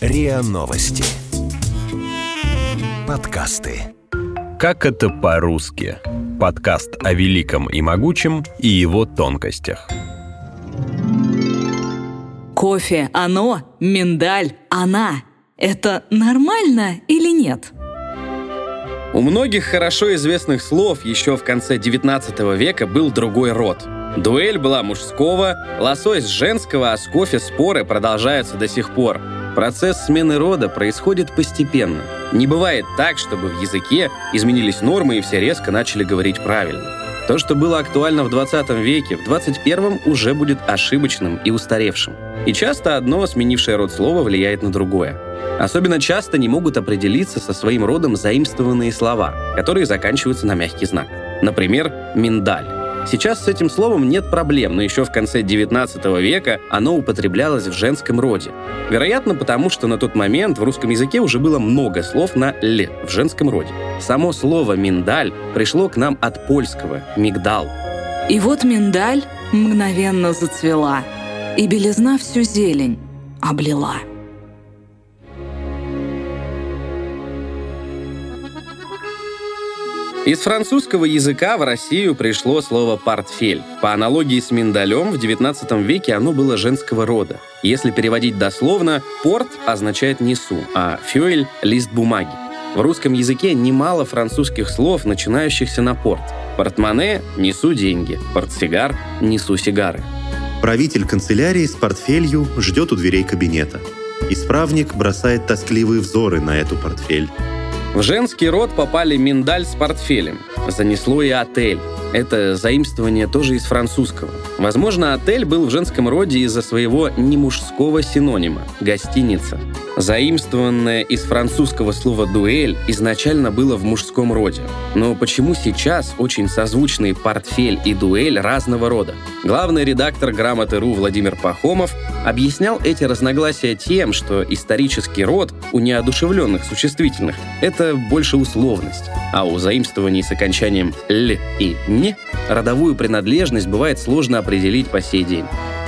РИА Новости. Подкасты. Как это по-русски? Подкаст о великом и могучем и его тонкостях. Кофе, оно, миндаль, она. Это нормально или нет? У многих хорошо известных слов еще в конце XIX века был другой род. Дуэль была мужского, лосось женского, а с кофе споры продолжаются до сих пор. Процесс смены рода происходит постепенно. Не бывает так, чтобы в языке изменились нормы и все резко начали говорить правильно. То, что было актуально в 20 веке, в 21 уже будет ошибочным и устаревшим. И часто одно, сменившее род слова, влияет на другое. Особенно часто не могут определиться со своим родом заимствованные слова, которые заканчиваются на мягкий знак. Например, «миндаль». Сейчас с этим словом нет проблем, но еще в конце XIX века оно употреблялось в женском роде. Вероятно, потому что на тот момент в русском языке уже было много слов на «л» в женском роде. Само слово «миндаль» пришло к нам от польского «мигдал». И вот миндаль мгновенно зацвела, и белизна всю зелень облила. Из французского языка в Россию пришло слово «портфель». По аналогии с миндалем, в XIX веке оно было женского рода. Если переводить дословно, «порт» означает «несу», а «фюэль» — «лист бумаги». В русском языке немало французских слов, начинающихся на «порт». Портмоне — «несу деньги», портсигар — «несу сигары». Правитель канцелярии с портфелью ждет у дверей кабинета. Исправник бросает тоскливые взоры на эту портфель. В женский род попали миндаль с портфелем. Занесло и отель. Это заимствование тоже из французского. Возможно, отель был в женском роде из-за своего немужского синонима – гостиница. Заимствованное из французского слова «дуэль» изначально было в мужском роде. Но почему сейчас очень созвучные портфель и дуэль разного рода? Главный редактор «Грамоты.ру» Владимир Пахомов объяснял эти разногласия тем, что исторический род у неодушевленных существительных – это больше условность, а у заимствований с окончанием «л» и «не» родовую принадлежность бывает сложно определить по сей день.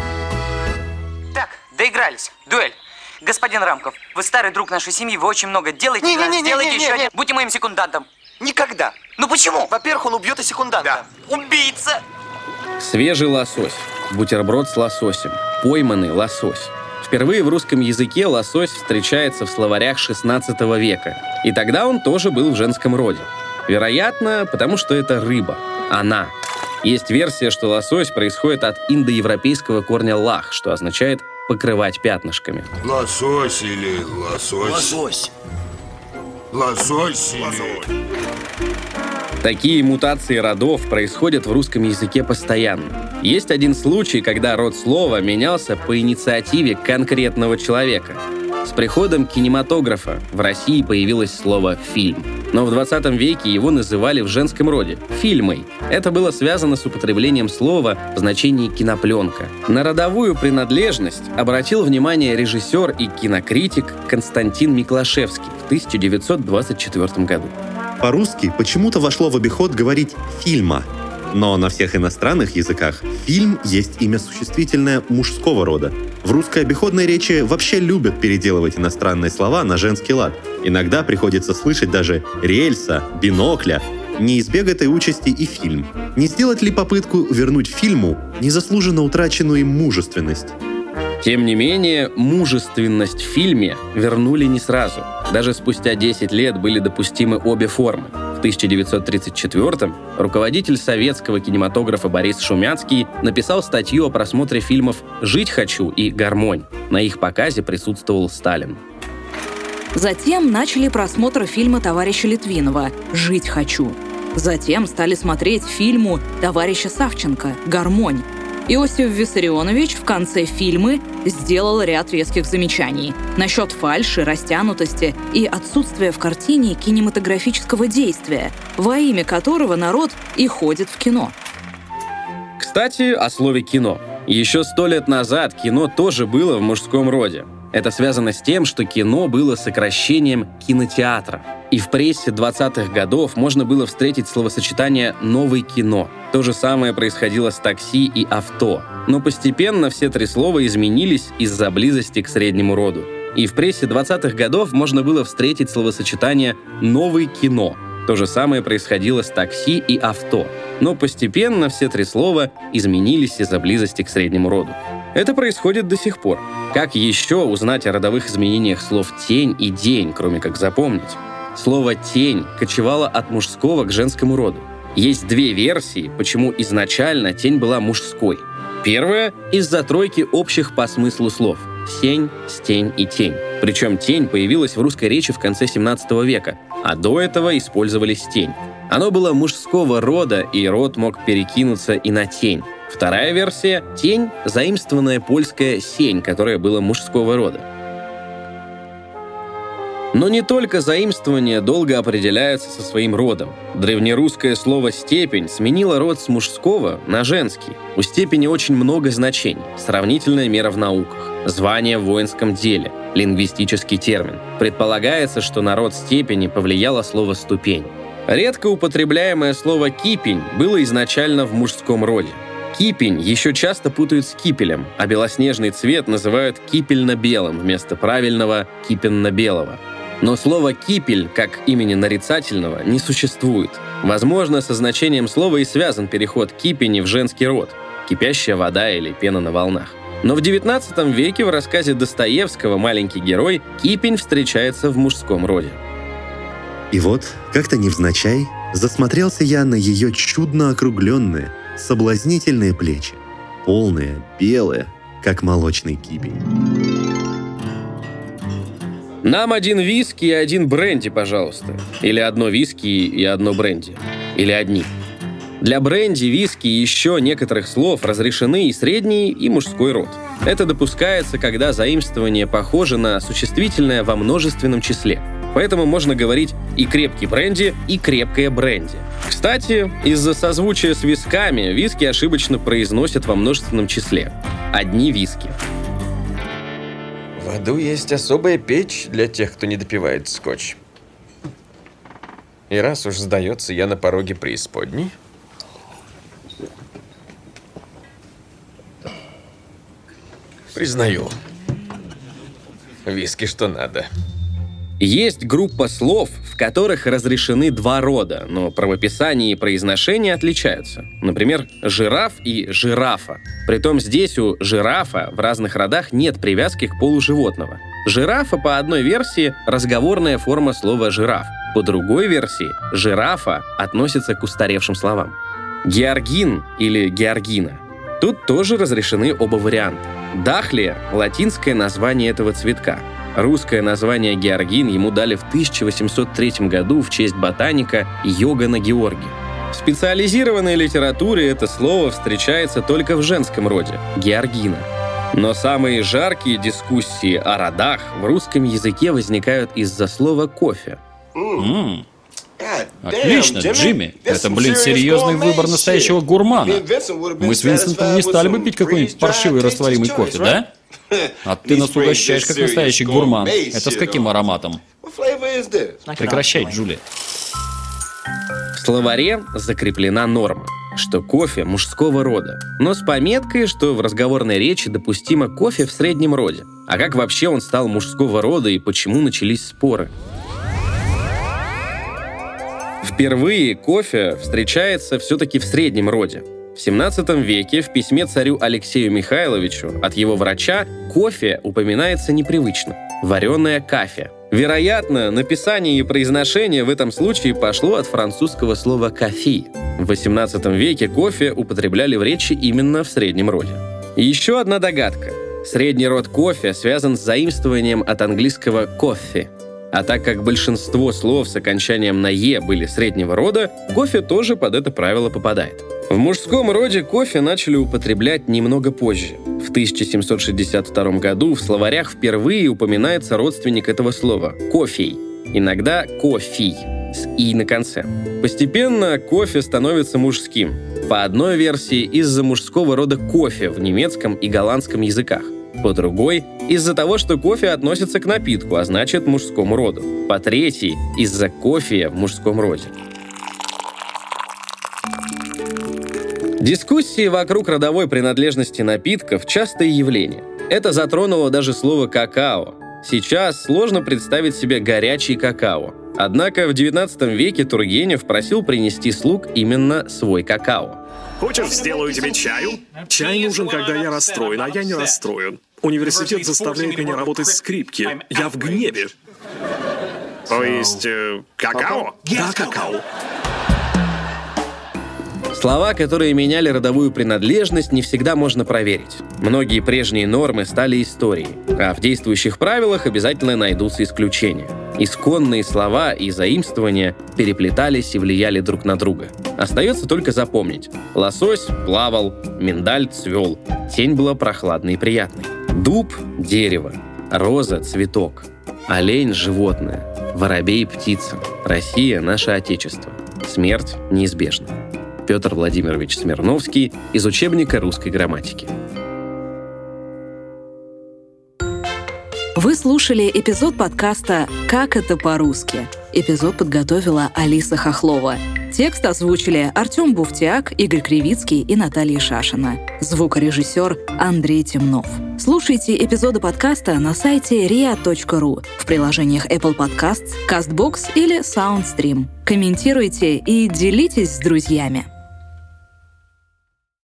Так, доигрались. Дуэль. Господин Рамков, вы старый друг нашей семьи, вы очень много делаете. Сделайте еще один. Будьте моим секундантом. Никогда. Ну почему? Во-первых, он убьет и секунданта. Да. Убийца. Свежий лосось. Бутерброд с лососем. Пойманный лосось. Впервые в русском языке лосось встречается в словарях XVI века. И тогда он тоже был в женском роде. Вероятно, потому что это рыба. Она. Есть версия, что лосось происходит от индоевропейского корня «лах», что означает «покрывать пятнышками». Лосось или лосось? Лосось. Лосось или... Такие мутации родов происходят в русском языке постоянно. Есть один случай, когда род слова менялся по инициативе конкретного человека. С приходом кинематографа в России появилось слово «фильм». Но в 20 веке его называли в женском роде – «фильмой». Это было связано с употреблением слова в значении «кинопленка». На родовую принадлежность обратил внимание режиссер и кинокритик Константин Миклашевский в 1924 году. По-русски почему-то вошло в обиход говорить «фильма». Но на всех иностранных языках «фильм» есть имя существительное мужского рода. В русской обиходной речи вообще любят переделывать иностранные слова на женский лад. Иногда приходится слышать даже «рельса», «бинокля». Не избег этой участи и фильм. Не сделать ли попытку вернуть фильму незаслуженно утраченную им мужественность? Тем не менее, мужественность в фильме вернули не сразу. Даже спустя 10 лет были допустимы обе формы. В 1934-м руководитель советского кинематографа Борис Шумяцкий написал статью о просмотре фильмов «Жить хочу» и «Гармонь». На их показе присутствовал Сталин. Затем начали просмотр фильма товарища Литвинова «Жить хочу». Затем стали смотреть фильму товарища Савченко «Гармонь». Иосиф Виссарионович в конце фильма сделал ряд резких замечаний насчет фальши, растянутости и отсутствия в картине кинематографического действия, во имя которого народ и ходит в кино. Кстати, о слове «кино». Еще 100 лет назад кино тоже было в мужском роде. Это связано с тем, что кино было сокращением кинотеатра. И в прессе 20-х годов можно было встретить словосочетание «новое кино». То же самое происходило с такси и авто. Но постепенно все три слова изменились из-за близости к среднему роду. и в прессе 20-х годов можно было встретить словосочетание «новый кино». То же самое происходило с такси и авто. Но постепенно все три слова изменились из-за близости к среднему роду. Это происходит до сих пор. Как еще узнать о родовых изменениях слов «тень» и «день», кроме как запомнить? Слово «тень» кочевало от мужского к женскому роду. Есть две версии, почему изначально тень была мужской. Первая — из-за тройки общих по смыслу слов — сень, стень и тень. Причем тень появилась в русской речи в конце 17 века, а до этого использовались тень. Оно было мужского рода, и род мог перекинуться и на тень. Вторая версия — тень, заимствованная польское сень, которое было мужского рода. Но не только заимствование долго определяется со своим родом. Древнерусское слово «степень» сменило род с мужского на женский. У степени очень много значений. Сравнительная мера в науках, звание в воинском деле, лингвистический термин. Предполагается, что на род степени повлияло слово «ступень». Редко употребляемое слово «кипень» было изначально в мужском роде. Кипень еще часто путают с кипелем, а белоснежный цвет называют кипельно-белым вместо правильного кипенно-белого. Но слово «кипель», как имени нарицательного, не существует. Возможно, со значением слова и связан переход кипени в женский род – кипящая вода или пена на волнах. Но в XIX веке в рассказе Достоевского «Маленький герой» кипень встречается в мужском роде. И вот, как-то невзначай, засмотрелся я на ее чудно округленные, соблазнительные плечи, полные, белые, как молочный кипень. Нам один виски и один бренди, пожалуйста. Или одно виски и одно бренди. Или одни. Для бренди, виски и еще некоторых слов разрешены и средний, и мужской род. Это допускается, когда заимствование похоже на существительное во множественном числе. Поэтому можно говорить и крепкий бренди, и крепкое бренди. Кстати, из-за созвучия с висками виски ошибочно произносят во множественном числе. Одни виски. В аду есть особая печь для тех, кто не допивает скотч. И раз уж, сдается, я на пороге преисподней, признаю, виски что надо. Есть группа слов, в которых разрешены два рода, но правописание и произношение отличаются. Например, жираф и жирафа. Притом здесь у жирафа в разных родах нет привязки к полу животного. Жирафа по одной версии разговорная форма слова жираф. По другой версии жирафа относится к устаревшим словам. Георгин или георгина. Тут тоже разрешены оба варианта. Дахлия – латинское название этого цветка. Русское название георгин ему дали в 1803 году в честь ботаника Йогана Георгия. В специализированной литературе это слово встречается только в женском роде – георгина. Но самые жаркие дискуссии о родах в русском языке возникают из-за слова «кофе». Отлично, Джимми. Это, серьезный выбор настоящего гурмана. Мы с Винсентом не стали бы пить какой-нибудь паршивый растворимый кофе, да? А ты нас угощаешь, как настоящий гурман. Это с каким ароматом? Прекращай, Джулия. В словаре закреплена норма, что кофе мужского рода, но с пометкой, что в разговорной речи допустимо кофе в среднем роде. А как вообще он стал мужского рода и почему начались споры? Впервые кофе встречается все-таки в среднем роде. В 17 веке в письме царю Алексею Михайловичу от его врача кофе упоминается непривычно – вареное кафе. Вероятно, написание и произношение в этом случае пошло от французского слова «кофе». В 18 веке кофе употребляли в речи именно в среднем роде. И еще одна догадка. Средний род кофе связан с заимствованием от английского «кофе». А так как большинство слов с окончанием на «е» были среднего рода, кофе тоже под это правило попадает. В мужском роде кофе начали употреблять немного позже. В 1762 году в словарях впервые упоминается родственник этого слова – кофей, иногда кофий, с «и» на конце. Постепенно кофе становится мужским. По одной версии из-за мужского рода кофе в немецком и голландском языках. По другой – из-за того, что кофе относится к напитку, а значит мужскому роду. По третьей – из-за кофе в мужском роде. Дискуссии вокруг родовой принадлежности напитков – частое явление. Это затронуло даже слово «какао». Сейчас сложно представить себе горячий какао. Однако в 19 веке Тургенев просил принести слуг именно свой какао. Хочешь, сделаю тебе чаю? Чай нужен, когда я расстроен, а я не расстроен. Университет заставляет меня работать в скрипке. Я в гневе. То есть, какао? Да, какао. Слова, которые меняли родовую принадлежность, не всегда можно проверить. Многие прежние нормы стали историей, а в действующих правилах обязательно найдутся исключения. Исконные слова и заимствования переплетались и влияли друг на друга. Остается только запомнить. Лосось плавал, миндаль цвел, тень была прохладной и приятной. Дуб – дерево, роза – цветок, олень – животное, воробей – птица, Россия – наше отечество, смерть неизбежна. Петр Владимирович Смирновский из учебника русской грамматики. Вы слушали эпизод подкаста «Как это по-русски». Эпизод подготовила Алиса Хохлова. Текст озвучили Артем Буфтяк, Игорь Кривицкий и Наталья Шашина. Звукорежиссер Андрей Темнов. Слушайте эпизоды подкаста на сайте ria.ru, в приложениях Apple Podcasts, CastBox или SoundStream. Комментируйте и делитесь с друзьями.